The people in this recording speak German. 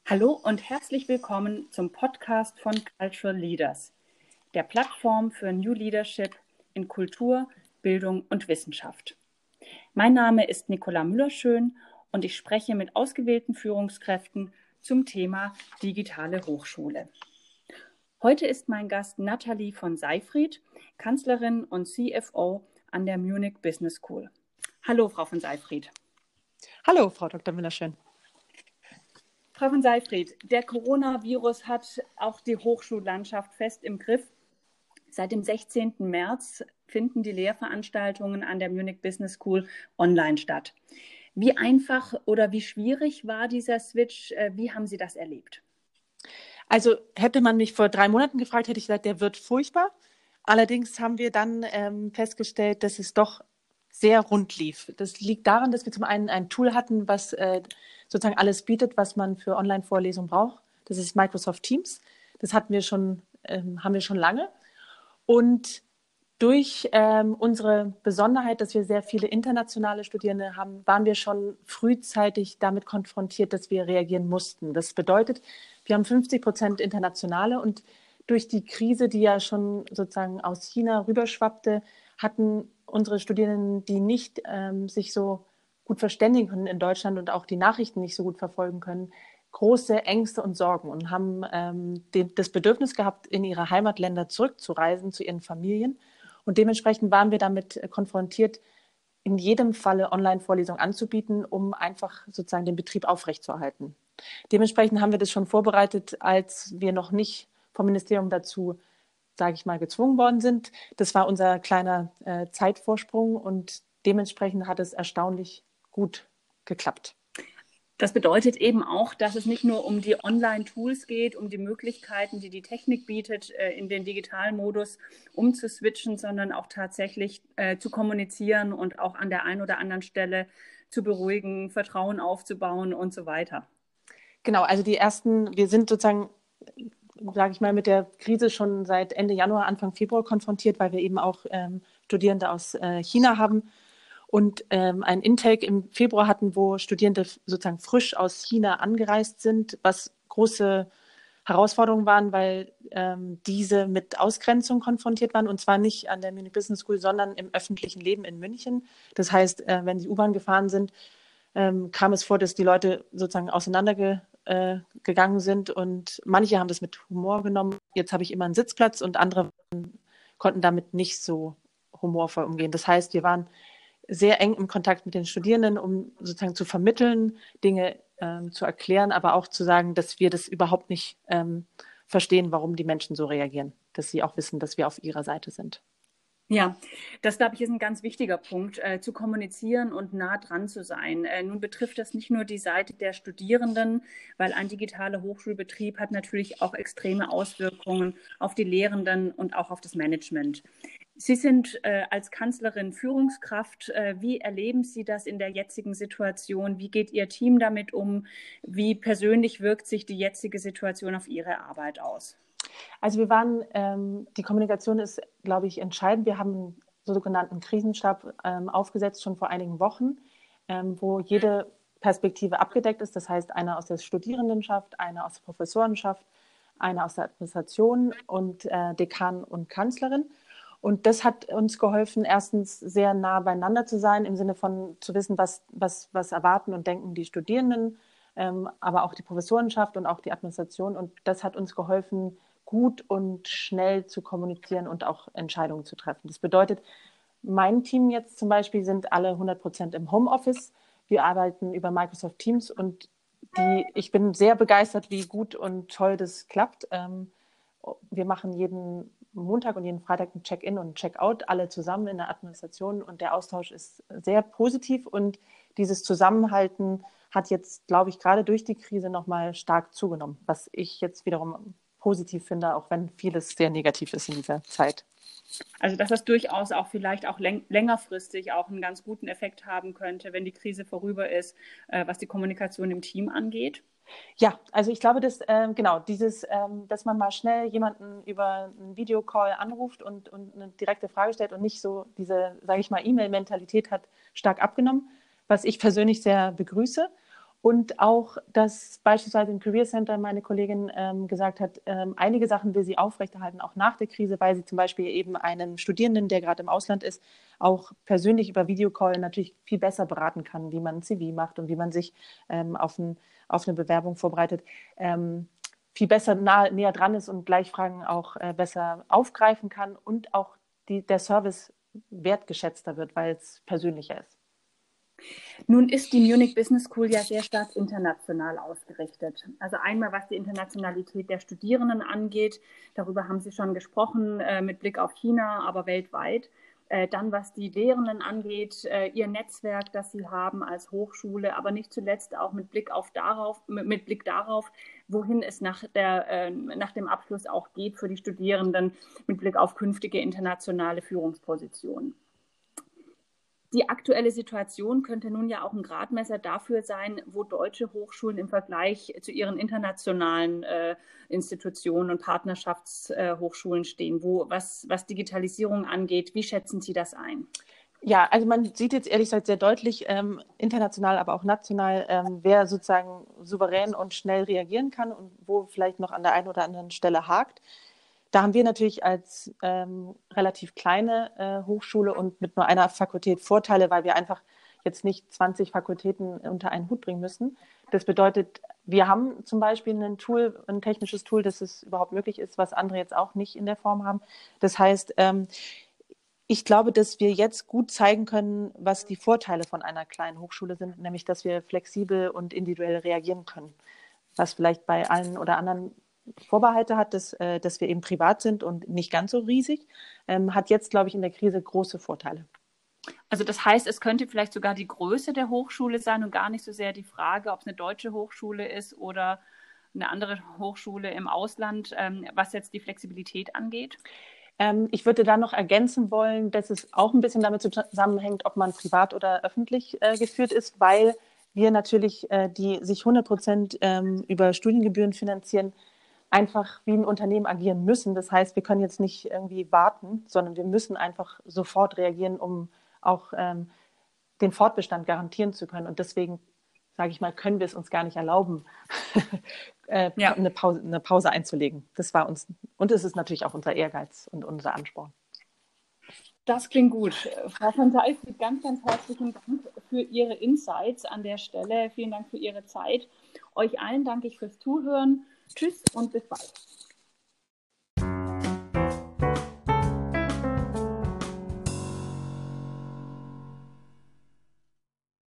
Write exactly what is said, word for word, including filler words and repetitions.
Hallo und herzlich willkommen zum Podcast von Cultural Leaders, der Plattform für New Leadership in Kultur, Bildung und Wissenschaft. Mein Name ist Nicola Müllerschön und ich spreche mit ausgewählten Führungskräften zum Thema digitale Hochschule. Heute ist mein Gast Nathalie von Seyfried, Kanzlerin und C F O an der Munich Business School. Hallo, Frau von Seyfried. Hallo, Frau Doktor Müllerschön. Frau von Seyfried, der Coronavirus hat auch die Hochschullandschaft fest im Griff. Seit dem sechzehnten März finden die Lehrveranstaltungen an der Munich Business School online statt. Wie einfach oder wie schwierig war dieser Switch? Wie haben Sie das erlebt? Also hätte man mich vor drei Monaten gefragt, hätte ich gesagt, der wird furchtbar. Allerdings haben wir dann ähm, festgestellt, dass es doch sehr rund lief. Das liegt daran, dass wir zum einen ein Tool hatten, was äh, sozusagen alles bietet, was man für Online-Vorlesungen braucht. Das ist Microsoft Teams. Das hatten wir schon, ähm, haben wir schon lange. Und durch ähm, unsere Besonderheit, dass wir sehr viele internationale Studierende haben, waren wir schon frühzeitig damit konfrontiert, dass wir reagieren mussten. Das bedeutet, wir haben fünfzig Prozent Internationale und durch die Krise, die ja schon sozusagen aus China rüberschwappte, hatten unsere Studierenden, die nicht ähm, sich so gut verständigen können in Deutschland und auch die Nachrichten nicht so gut verfolgen können, große Ängste und Sorgen und haben ähm, den, das Bedürfnis gehabt, in ihre Heimatländer zurückzureisen, zu ihren Familien. Und dementsprechend waren wir damit konfrontiert, in jedem Falle Online-Vorlesungen anzubieten, um einfach sozusagen den Betrieb aufrechtzuerhalten. Dementsprechend haben wir das schon vorbereitet, als wir noch nicht vom Ministerium dazu, sage ich mal, gezwungen worden sind. Das war unser kleiner äh, Zeitvorsprung und dementsprechend hat es erstaunlich gut geklappt. Das bedeutet eben auch, dass es nicht nur um die Online-Tools geht, um die Möglichkeiten, die die Technik bietet, in den digitalen Modus umzuswitchen, sondern auch tatsächlich äh, zu kommunizieren und auch an der einen oder anderen Stelle zu beruhigen, Vertrauen aufzubauen und so weiter. Genau, also die ersten, wir sind sozusagen, sage ich mal, mit der Krise schon seit Ende Januar, Anfang Februar konfrontiert, weil wir eben auch ähm, Studierende aus äh, China haben und ähm, ein Intake im Februar hatten, wo Studierende sozusagen frisch aus China angereist sind, was große Herausforderungen waren, weil ähm, diese mit Ausgrenzung konfrontiert waren und zwar nicht an der Munich Business School, sondern im öffentlichen Leben in München. Das heißt, äh, wenn sie U-Bahn gefahren sind, ähm, kam es vor, dass die Leute sozusagen auseinandergegangen sind und manche haben das mit Humor genommen. Jetzt habe ich immer einen Sitzplatz und andere konnten damit nicht so humorvoll umgehen. Das heißt, wir waren sehr eng im Kontakt mit den Studierenden, um sozusagen zu vermitteln, Dinge ähm, zu erklären, aber auch zu sagen, dass wir das überhaupt nicht ähm, verstehen, warum die Menschen so reagieren, dass sie auch wissen, dass wir auf ihrer Seite sind. Ja, das, glaube ich, ist ein ganz wichtiger Punkt, äh, zu kommunizieren und nah dran zu sein. Äh, nun betrifft das nicht nur die Seite der Studierenden, weil ein digitaler Hochschulbetrieb hat natürlich auch extreme Auswirkungen auf die Lehrenden und auch auf das Management. Sie sind äh, als Kanzlerin Führungskraft. Äh, wie erleben Sie das in der jetzigen Situation? Wie geht Ihr Team damit um? Wie persönlich wirkt sich die jetzige Situation auf Ihre Arbeit aus? Also wir waren, ähm, die Kommunikation ist, glaube ich, entscheidend. Wir haben einen sogenannten Krisenstab ähm, aufgesetzt, schon vor einigen Wochen, ähm, wo jede Perspektive abgedeckt ist. Das heißt, einer aus der Studierendenschaft, einer aus der Professorenschaft, einer aus der Administration und äh, Dekan und Kanzlerin. Und das hat uns geholfen, erstens sehr nah beieinander zu sein, im Sinne von zu wissen, was, was, was erwarten und denken die Studierenden, ähm, aber auch die Professorenschaft und auch die Administration. Und das hat uns geholfen, gut und schnell zu kommunizieren und auch Entscheidungen zu treffen. Das bedeutet, mein Team jetzt zum Beispiel sind alle hundert Prozent im Homeoffice. Wir arbeiten über Microsoft Teams und die, ich bin sehr begeistert, wie gut und toll das klappt. Ähm, wir machen jeden Montag und jeden Freitag ein Check-in und ein Check-out, alle zusammen in der Administration und der Austausch ist sehr positiv und dieses Zusammenhalten hat jetzt, glaube ich, gerade durch die Krise nochmal stark zugenommen, was ich jetzt wiederum positiv finde, auch wenn vieles sehr negativ ist in dieser Zeit. Also dass das durchaus auch vielleicht auch läng- längerfristig auch einen ganz guten Effekt haben könnte, wenn die Krise vorüber ist, äh, was die Kommunikation im Team angeht. Ja, also ich glaube, dass ähm, genau dieses, ähm, dass man mal schnell jemanden über einen Videocall anruft und, und eine direkte Frage stellt und nicht so diese, sage ich mal, E-Mail-Mentalität hat stark abgenommen, was ich persönlich sehr begrüße. Und auch, dass beispielsweise im Career Center meine Kollegin ähm, gesagt hat, ähm, einige Sachen will sie aufrechterhalten, auch nach der Krise, weil sie zum Beispiel eben einen Studierenden, der gerade im Ausland ist, auch persönlich über Videocall natürlich viel besser beraten kann, wie man ein C V macht und wie man sich ähm, auf, ein, auf eine Bewerbung vorbereitet, ähm, viel besser nah, näher dran ist und gleich Fragen auch äh, besser aufgreifen kann und auch die, der Service wertgeschätzter wird, weil es persönlicher ist. Nun ist die Munich Business School ja sehr stark international ausgerichtet. Also einmal, was die Internationalität der Studierenden angeht, darüber haben Sie schon gesprochen, äh, mit Blick auf China, aber weltweit. Äh, dann, was die Lehrenden angeht, äh, ihr Netzwerk, das sie haben als Hochschule, aber nicht zuletzt auch mit Blick auf darauf, mit, mit Blick darauf, wohin es nach, der, äh, nach dem Abschluss auch geht für die Studierenden, mit Blick auf künftige internationale Führungspositionen. Die aktuelle Situation könnte nun ja auch ein Gradmesser dafür sein, wo deutsche Hochschulen im Vergleich zu ihren internationalen äh, Institutionen und Partnerschaftshochschulen äh, stehen, wo, was, was Digitalisierung angeht. Wie schätzen Sie das ein? Ja, also man sieht jetzt ehrlich gesagt sehr deutlich, ähm, international, aber auch national, ähm, wer sozusagen souverän und schnell reagieren kann und wo vielleicht noch an der einen oder anderen Stelle hakt. Da haben wir natürlich als ähm, relativ kleine äh, Hochschule und mit nur einer Fakultät Vorteile, weil wir einfach jetzt nicht zwanzig Fakultäten unter einen Hut bringen müssen. Das bedeutet, wir haben zum Beispiel ein Tool, ein technisches Tool, dass es überhaupt möglich ist, was andere jetzt auch nicht in der Form haben. Das heißt, ähm, ich glaube, dass wir jetzt gut zeigen können, was die Vorteile von einer kleinen Hochschule sind, nämlich, dass wir flexibel und individuell reagieren können, was vielleicht bei allen oder anderen Vorbehalte hat, dass, äh, dass wir eben privat sind und nicht ganz so riesig, ähm, hat jetzt, glaube ich, in der Krise große Vorteile. Also das heißt, es könnte vielleicht sogar die Größe der Hochschule sein und gar nicht so sehr die Frage, ob es eine deutsche Hochschule ist oder eine andere Hochschule im Ausland, ähm, was jetzt die Flexibilität angeht? Ähm, ich würde da noch ergänzen wollen, dass es auch ein bisschen damit zusammenhängt, ob man privat oder öffentlich äh, geführt ist, weil wir natürlich, äh, die sich hundert Prozent ähm, über Studiengebühren finanzieren, einfach wie ein Unternehmen agieren müssen. Das heißt, wir können jetzt nicht irgendwie warten, sondern wir müssen einfach sofort reagieren, um auch ähm, den Fortbestand garantieren zu können. Und deswegen, sage ich mal, können wir es uns gar nicht erlauben, äh, Ja. eine, Pause, eine Pause einzulegen. Das war uns, und es ist natürlich auch unser Ehrgeiz und unser Ansporn. Das klingt gut. Frau von Theis, ganz, ganz herzlichen Dank für Ihre Insights an der Stelle. Vielen Dank für Ihre Zeit. Euch allen danke ich fürs Zuhören. Tschüss und bis bald.